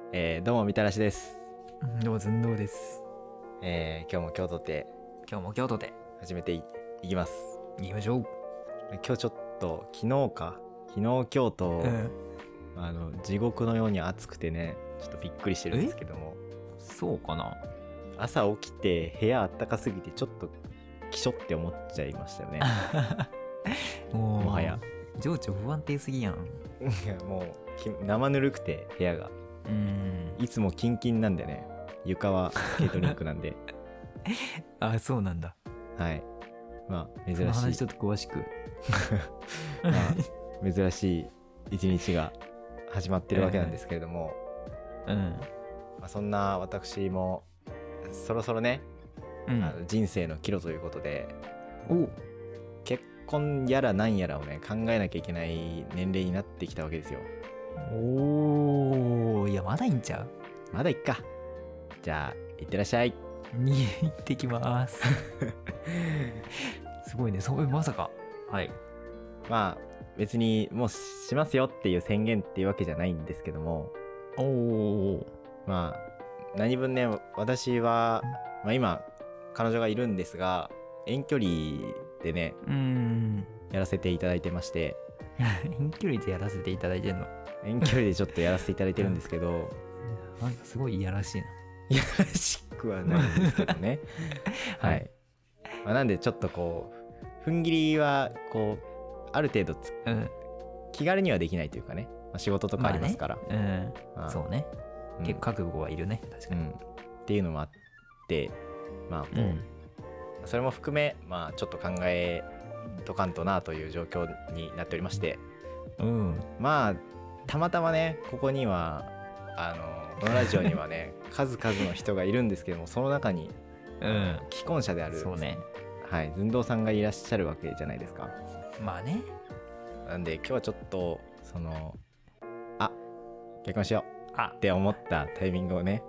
どうもみたらしです。 どうも寸胴です。 今日も京都で今日も京都で始めていきます。 行きましょう。 今日ちょっと昨日京都、地獄のように暑くてね、ちょっとびっくりしてるんですけども、 そうかな。 朝起きて部屋あったかすぎてちょっときしょって思っちゃいましたよね。もはや情緒不安定すぎやん。 いやもう生ぬるくて部屋がいつもキンキンなんでね、床はスケートリンクなんであ、そうなんだ。 はい、まあ珍しい、 その話ちょっと詳しくまあ、珍しい一日が始まってるわけなんですけれども、まあ、そんな私もそろそろね、人生の岐路ということで、結婚やらなんやらをね考えなきゃいけない年齢になってきたわけですよ。 いやまだいいんちゃう。 まだいっか。じゃあいってらっしゃい。 に行ってきますすごいね。そうまさか。はい。 まあ別にもうしますよっていう宣言っていうわけじゃないんですけども、まあ何分ね、私は、まあ、今彼女がいるんですが、遠距離でねやらせていただいてまして。 遠距離でやらせていただいてんの。 遠距離でちょっとやらせていただいてるんですけどなんかすごいいやらしいな。 いやらしくはないんですけどねはい、まあ、なんでちょっとこう踏ん切りはこうある程度気軽にはできないというかね、まあ、仕事とかありますから、 そうね、結構覚悟はいるね、確かに、 っていうのもあって、まあこう、それも含め、まあちょっと考えとかんとなという状況になっておりまして、まあたまたまねここにはこのラジオにはね数々の人がいるんですけども、その中に、既婚者であるそうね、 はい、寸胴さんがいらっしゃるわけじゃないですか。 まあね。 なんで今日はちょっと結婚しようって思ったタイミングをね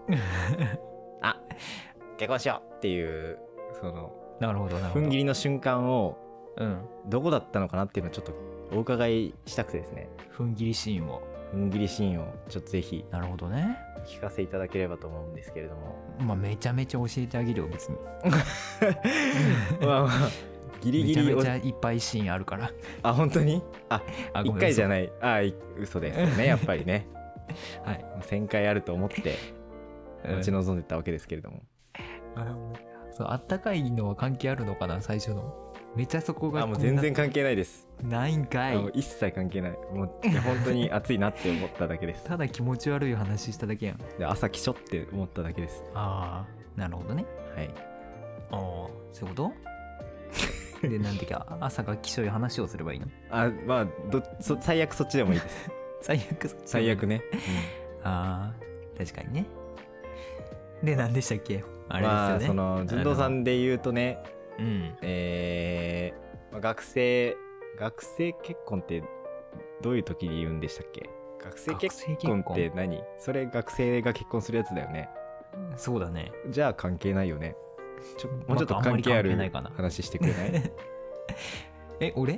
結婚しようっていうなるほど踏ん切りの瞬間を、どこだったのかなっていうのをちょっとお伺いしたくてですね。 踏ん切りシーンをちょっとぜひ、 なるほどね、 聞かせいただければと思うんですけれども。 まあめちゃめちゃ教えてあげるよ別にまあまあギリギリめちゃめちゃいっぱいシーンあるから本当に1回じゃない。嘘ですよねやっぱりねはい、 1000回あると思って待ち望んでたわけですけれども、 そう、あったかいのは関係あるのかな、最初の。めっちゃそこがもう全然関係ないです。 ないんかい。 一切関係ない。もう本当に暑いなって思っただけですただ気持ち悪い話しただけやん。 で朝きしょって思っただけです。 なるほどね。 はい。 そういうことで、なんていうか朝がきしょい話をすればいいの。 まあ最悪そっちでもいいです最悪ね、 確かにね。で、何でしたっけ、あれですよね。 その寸胴さんで言うとね、学生結婚ってどういう時に言うんでしたっけ。学生結婚って何？それ学生が結婚するやつだよね。 そうだね。 じゃあ関係ないよね。もうちょっと関係ある話してくれない？ 俺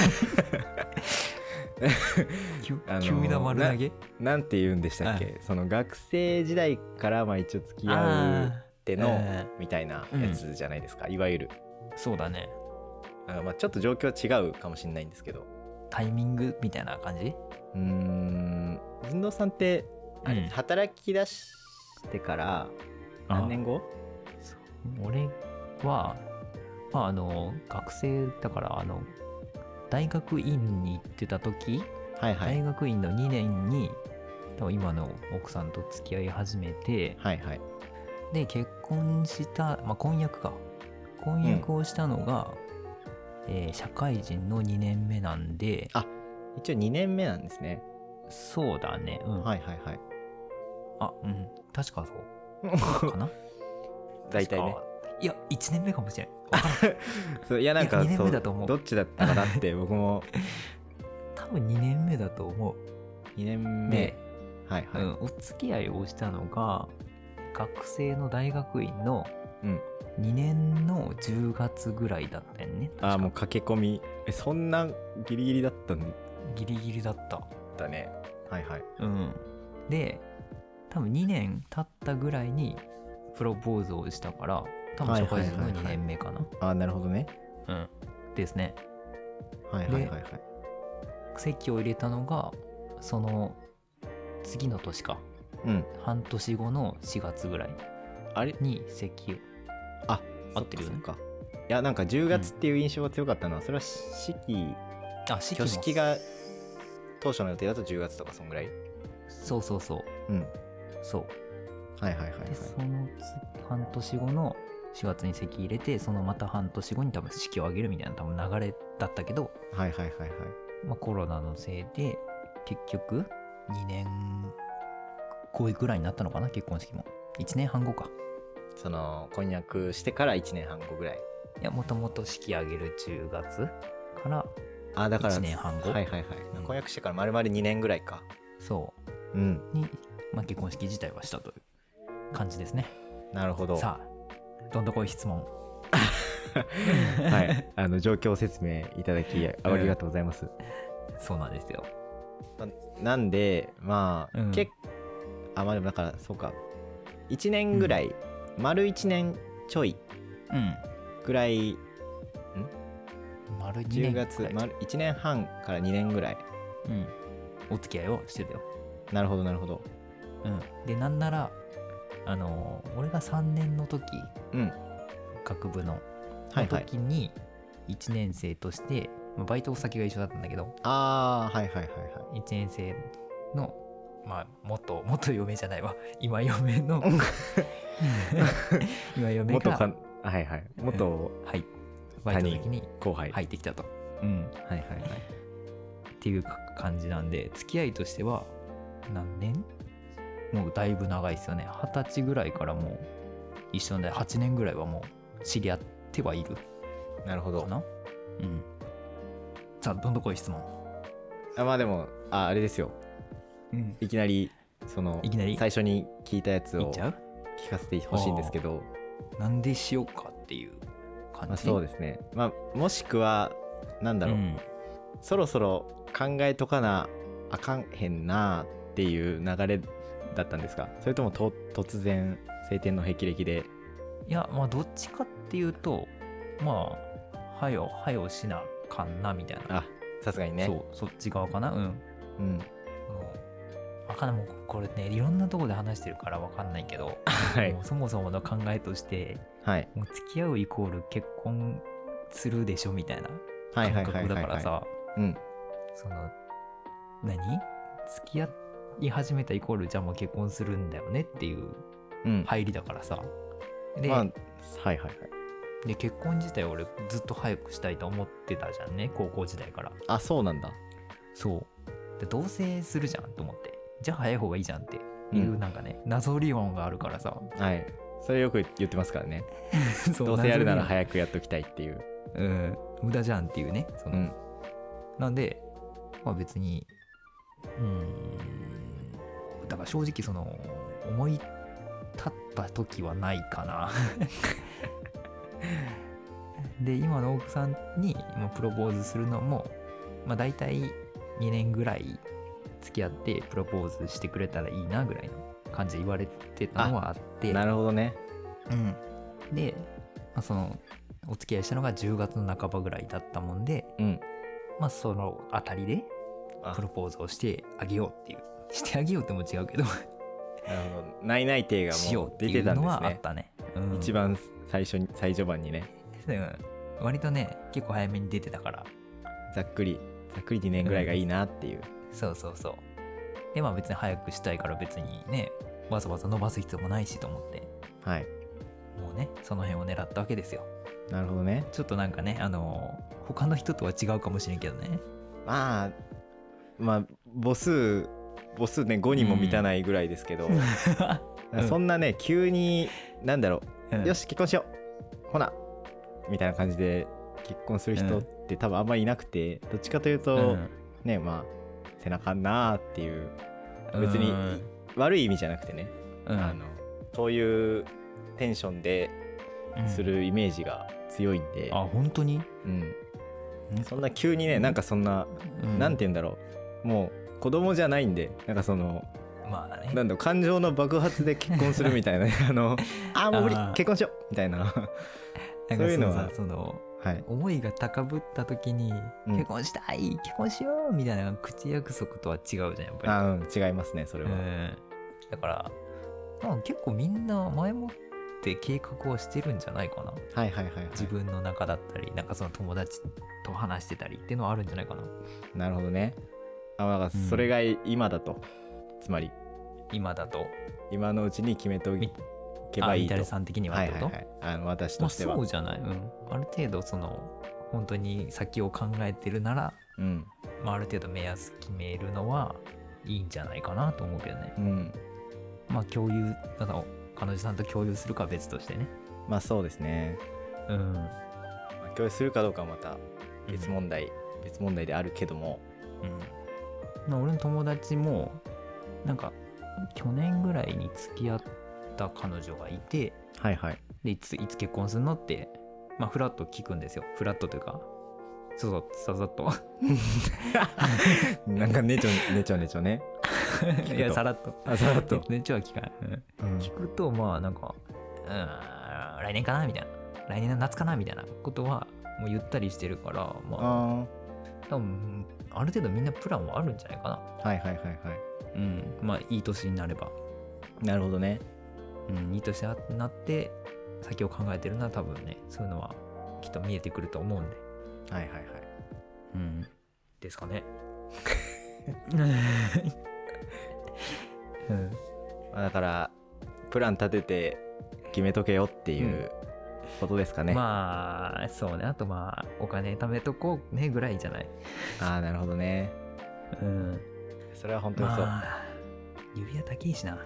急な丸投げなんて言うんでしたっけ、その学生時代から一応付き合うってのみたいなやつじゃないですか、いわゆる。 そうだね。 ちょっと状況は違うかもしれないんですけど、 タイミングみたいな感じ。 寸胴さんって働き出してから何年後？ 俺は学生だから大学院に行ってた時、大学院の2年に多分今の奥さんと付き合い始めて、で結婚した、婚約をしたのが、社会人の2年目なんで。 一応2年目なんですね。 そうだね。確かそうかな大体ね。 いや1年目かもしれないいやなんか 2年目だと思う。 どっちだったかなって僕も多分2年目だと思う。 2年目お付き合いをしたのが学生の大学院の2年の10月ぐらいだったよね。 もう駆け込み。そんなギリギリだったんギリギリだっただね。 で多分2年経ったぐらいにプロポーズをしたから、多分社会人の2年目かな。 ああ、なるほどね。 うんですね。 はいはいはいはい。 籍を入れたのがその次の年か、うん、半年後の4月ぐらいに籍を、 あ、合ってるよね。いや、なんか10月っていう印象が強かったのは、それは挙式が当初の予定だと10月とかそんぐらい。 そうそうそう、うん、そう、 はいはいはいはい。 でその半年後の4月に籍入れて、そのまた半年後に多分式を挙げるみたいな多分流れだったけど、 はいはいはいはい。 まあコロナのせいで結局2年後ぐらいになったのかな、結婚式も。1年半後か。 その婚約してから1年半後ぐらい。 いや、もともと式挙げる10月から1年半後。 はいはいはい。婚約してから丸々2年ぐらいか。 そう。うん。に、まあ、結婚式自体はしたという感じですね。 なるほど。 さあ、どんどこい質問。 はい。状況説明いただきありがとうございます。 そうなんですよ。 なんで、まあ、まあでもだから、そうか。1年ぐらい、丸1年ちょいぐらい、 丸2 年10月、丸1年半から2年ぐらい、 お付き合いをしてたよ。 なるほどなるほど。 で、なんなら俺が3年の時、学部の時に1年生として、バイト先が一緒だったんだけど、 はいはいはいはい。 1年生のまあ元嫁じゃないわ、今嫁の今嫁がはいはい、元はいバイト先に後輩入ってきたと、 はいはいはいっていう感じなんで、付き合いとしては何年、もうだいぶ長いですよね。20歳ぐらいからもう一緒で8年ぐらいはもう知り合ってはいる。 なるほどかな。さあ、どんどこい質問。 まあでもあれですよ、いきなり最初に聞いたやつを聞かせてほしいんですけど、 なんでしようかっていう感じ。 そうですね。まあもしくはなんだろう、そろそろ考えとかなあかんへんなっていう流れだったんですか、それとも突然晴天の霹靂で。 いや、まあどっちかっていうと、まあはよしなかんなみたいな。 さすがにね。 そっち側かな。わかんない。もうこれね、いろんなところで話してるからわかんないけど、もうそもそもの考えとして、もう付き合うイコール結婚するでしょみたいな感覚だからさ、その付き合い始めたイコールじゃあもう結婚するんだよねっていう入りだからさ。で、で結婚自体俺ずっと早くしたいと思ってたじゃんね、高校時代から。 そうなんだ。 そうで、同棲するじゃんと思って、じゃあ早い方がいいじゃんっていう、なんかね、謎理論があるからさ。 それよく言ってますからね。どうせやるなら早くやっときたいっていう。 無駄じゃんっていうね。なんで、まあ別にだから正直その思い立った時はないかな。で、今の奥さんにプロポーズするのも、まあ大体2年ぐらい付き合ってプロポーズしてくれたらいいなぐらいの感じで言われてたのはあって。 なるほどね。 で、そのお付き合いしたのが10月の半ばぐらいだったもんで、まあそのあたりでプロポーズをしてあげようっていう、してあげようっても違うけど、なるほど、内々定がもう出てたんですね。 のはあったね。 一番最序盤にね。 割とね、結構早めに出てたから、 ざっくり2年ぐらいがいいなっていう。 そうで、まあ別に早くしたいから別にね、わざわざ伸ばす必要もないしと思って、もうね、その辺を狙ったわけですよ。 なるほどね。 ちょっとなんかね、他の人とは違うかもしれんけどね。 まあ母数ね5にも満たないぐらいですけど、そんなね急になんだろう、よし結婚しようほなみたいな感じで結婚する人って多分あんまりいなくて、どっちかというと、ね、まあ背中なーっていう、別に悪い意味じゃなくてね、そういうテンションでするイメージが強いんで。 本当に？ そんな急にね、なんかそんな、なんて言うんだろう、もう子供じゃないんで、なんかそのまあね、 なんだ感情の爆発で結婚するみたいなもう無理結婚しようみたいなそういうのははい、思いが高ぶった時に、結婚したい結婚しようみたいな口約束とは違うじゃんやっぱり。違いますねそれは。 だから結構みんな前もって計画をしてるんじゃないかな。 はいはいはい、はい、 自分の中だったりなんかその友達と話してたりっていうのはあるんじゃないかな。 なるほどね。だからそれが今だと、つまり今だと今のうちに決めておけばいいと。 みたれさん的にはってこと？はいはいはい、私としては、 そうじゃない、ある程度その本当に先を考えてるなら、ある程度目安決めるのはいいんじゃないかなと思うけどね。共有彼女さんと共有するかは別としてね。 まあそうですね。共有するかどうかはまた別問題であるけども、 俺の友達もなんか去年ぐらいに付き合った彼女がいて、 はいはい、 でいつ結婚するのってフラッと聞くんですよ。フラットというかささっとなんかねちょねいやさらっとねちょは聞かない、聞くとなんか来年かなみたいな、来年の夏かなみたいなことはもう言ったりしてるから、多分ある程度みんなプランはあるんじゃないかな。 はいはいはいはい。 いい年になれば。 なるほどね。 いい年になって先を考えてるのは多分ね、そういうのはきっと見えてくると思うんで。 はいはいはい。 ですかね。 だからプラン立てて決めとけよっていうことですかね。 そうね。あとお金貯めとこうねぐらいじゃない。 なるほどね。それは本当にそう。 指輪高いしな。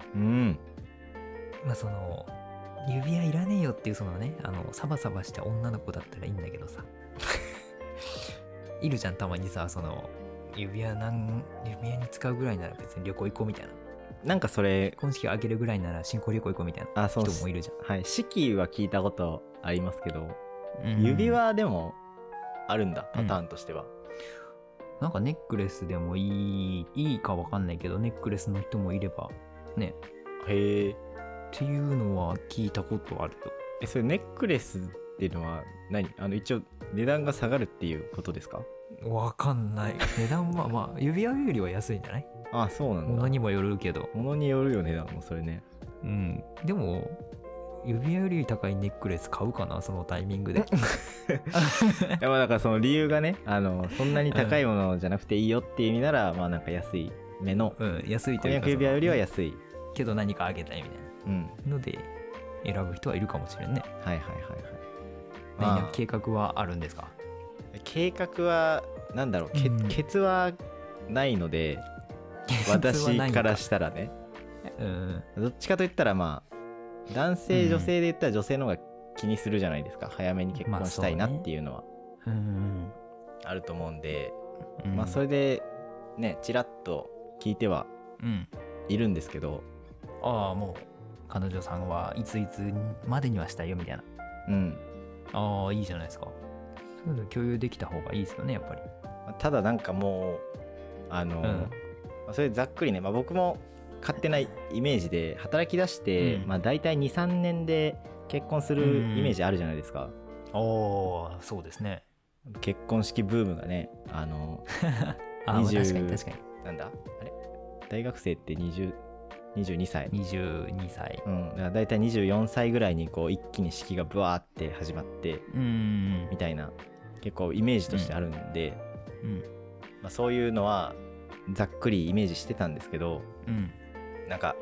その指輪いらねえよっていうそのね、サバサバした女の子だったらいいんだけどさ。いるじゃんたまにさ、その指輪に使うぐらいなら別に旅行行こうみたいな。 なんかそれ結婚式あげるぐらいなら新婚旅行行こうみたいな人もいるじゃん。 はい、式は聞いたことありますけど、指輪でもあるんだ、パターンとしては。 なんかネックレスでもいいか分かんないけど、ネックレスの人もいればね。 へえ。 っていうのは聞いたことあると。 それネックレスっていうのは何？一応値段が下がるっていうことですか？ わかんない。値段は指輪よりは安いんじゃない？ そうなんだ。 物にもよるけど。 物によるよね、値段もそれね。 でも指輪より高いネックレス買うかな、そのタイミングで。 だからその理由がね、そんなに高いものじゃなくていいよっていう意味なら、なんか安い目の、 安いというか婚約指輪よりは安いけど何かあげたいみたいな、ので選ぶ人はいるかもしれんね。 はいはいはいはい。 計画はあるんですか？ 計画はなんだろう、ケツはないので、私からしたらね、どっちかといったら男性女性で言ったら女性の方が気にするじゃないですか。早めに結婚したいなっていうのはあると思うんで、それでねちらっと聞いてはいるんですけど、 もう彼女さんはいついつまでにはしたいよみたいな。いいじゃないですか。そういうの共有できた方がいいですよね、やっぱり。 ただなんかもうそれざっくりね、僕も勝手なイメージで働き出して、だいたい 2,3 年で結婚するイメージあるじゃないですか。 そうですね。 結婚式ブームがね、 確かになんだあれ、大学生って22歳 22歳、 だからだいたい24歳ぐらいにこう一気に式がブワーって始まってみたいな、結構イメージとしてあるんで、そういうのはざっくりイメージしてたんですけど、なんか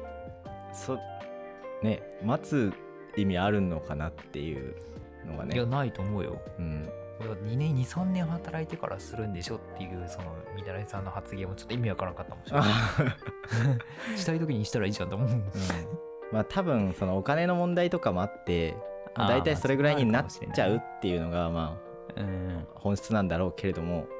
待つ意味あるのかなっていうのがね。 いやないと思うよ。2年 2,3 年働いてからするんでしょっていうそのみだらいさんの発言もちょっと意味わからなかったもんしれないしたい時にしたらいいじゃんと思う。 多分そのお金の問題とかもあって、だいたいそれぐらいになっちゃうっていうのが本質なんだろうけれども、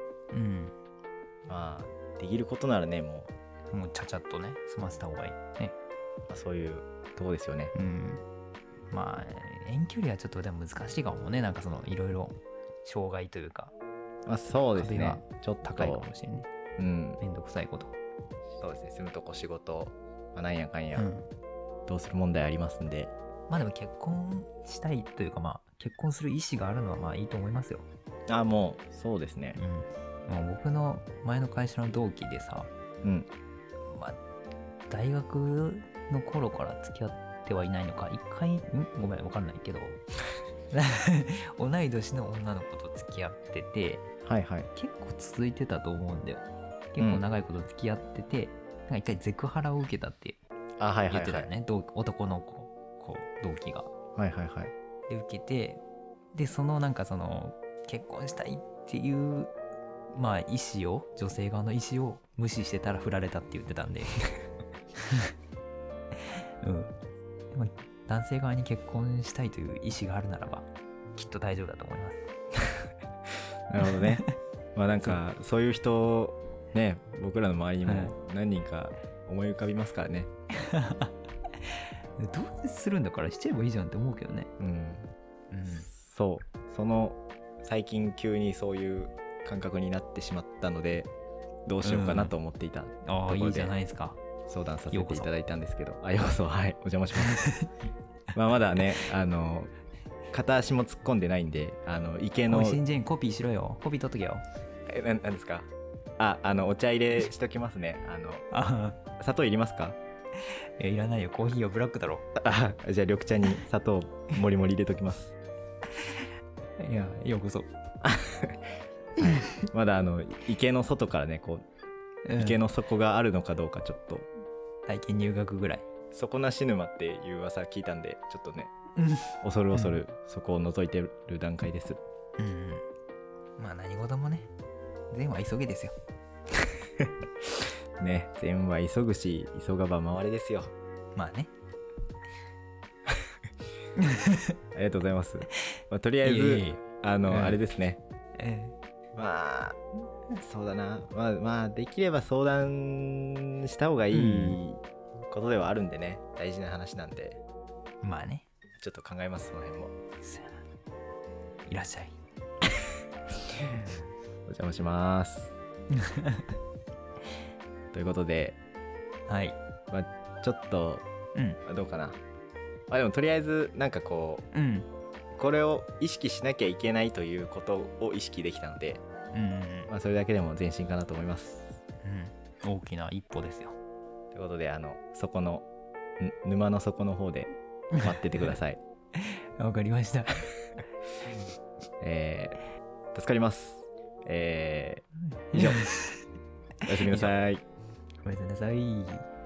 できることならねもうちゃちゃっとね済ませた方がいいね。 そういうとこですよね。 遠距離はちょっとでも難しいかもね。なんかそのいろいろ障害というか、 そうですね、 ちょっと高いかもしれない。めんどくさいことそうですね、住むとこ仕事、なんやかんや、どうする問題ありますんで。 まあでも結婚したいというか、まあ結婚する意思があるのはまあいいと思いますよ。 もうそうですね。 もう僕の前の会社の同期でさ、まあ大学の頃から付き合ってはいないのか、一回ごめん分かんないけど同い年の女の子と付き合ってて、結構続いてたと思うんだよ。結構長いこと付き合ってて、なんか一回ゼクハラを受けたって言ってたよね、男の子同期が。で受けて、でそのなんかその結婚したいっていうまあ意思を、女性側の意思を無視してたら振られたって言ってたんで男性側に結婚したいという意思があるならばきっと大丈夫だと思いますなるほどね。まあなんかそういう人ね、僕らの周りにも何人か思い浮かびますからね。 どうするんだからしちゃえばいいじゃんって思うけどね。 そうその最近急にそういう感覚になってしまったので、どうしようかなと思っていたところで、 いいじゃないですか。 相談させていただいたんですけど、ようこそ、お邪魔しますまだね、片足も突っ込んでないんで、池の新人コピーしろよ。コピー取っとけよ。 なんですか。お茶入れしときますね。砂糖いりますか？ いらないよ、コーヒーはブラックだろ。 じゃあ緑茶に砂糖もりもり入れときますいや、ようこそまだ池の外からね、こう、池の底があるのかどうかちょっと体験入学ぐらい。 底なし沼っていう噂聞いたんで、ちょっとね、恐る恐るそこを覗いてる段階です。 まあ何事もね、善は急げですよね、善は急ぐし、急がば回れですよ。 まあねありがとうございます。とりあえずあれですね。まあそうだな、まあできれば相談した方がいいことではあるんでね、大事な話なんで。 まあね、 ちょっと考えます、その辺も。 いらっしゃいお邪魔しますということで、ちょっと、どうかな。でもとりあえずなんかこう、これを意識しなきゃいけないということを意識できたので、それだけでも前進かなと思います。 大きな一歩ですよ。 ということで、底の沼の底の方で待っててくださいわかりました助かります。以上おやすみなさい。 おやすみなさい。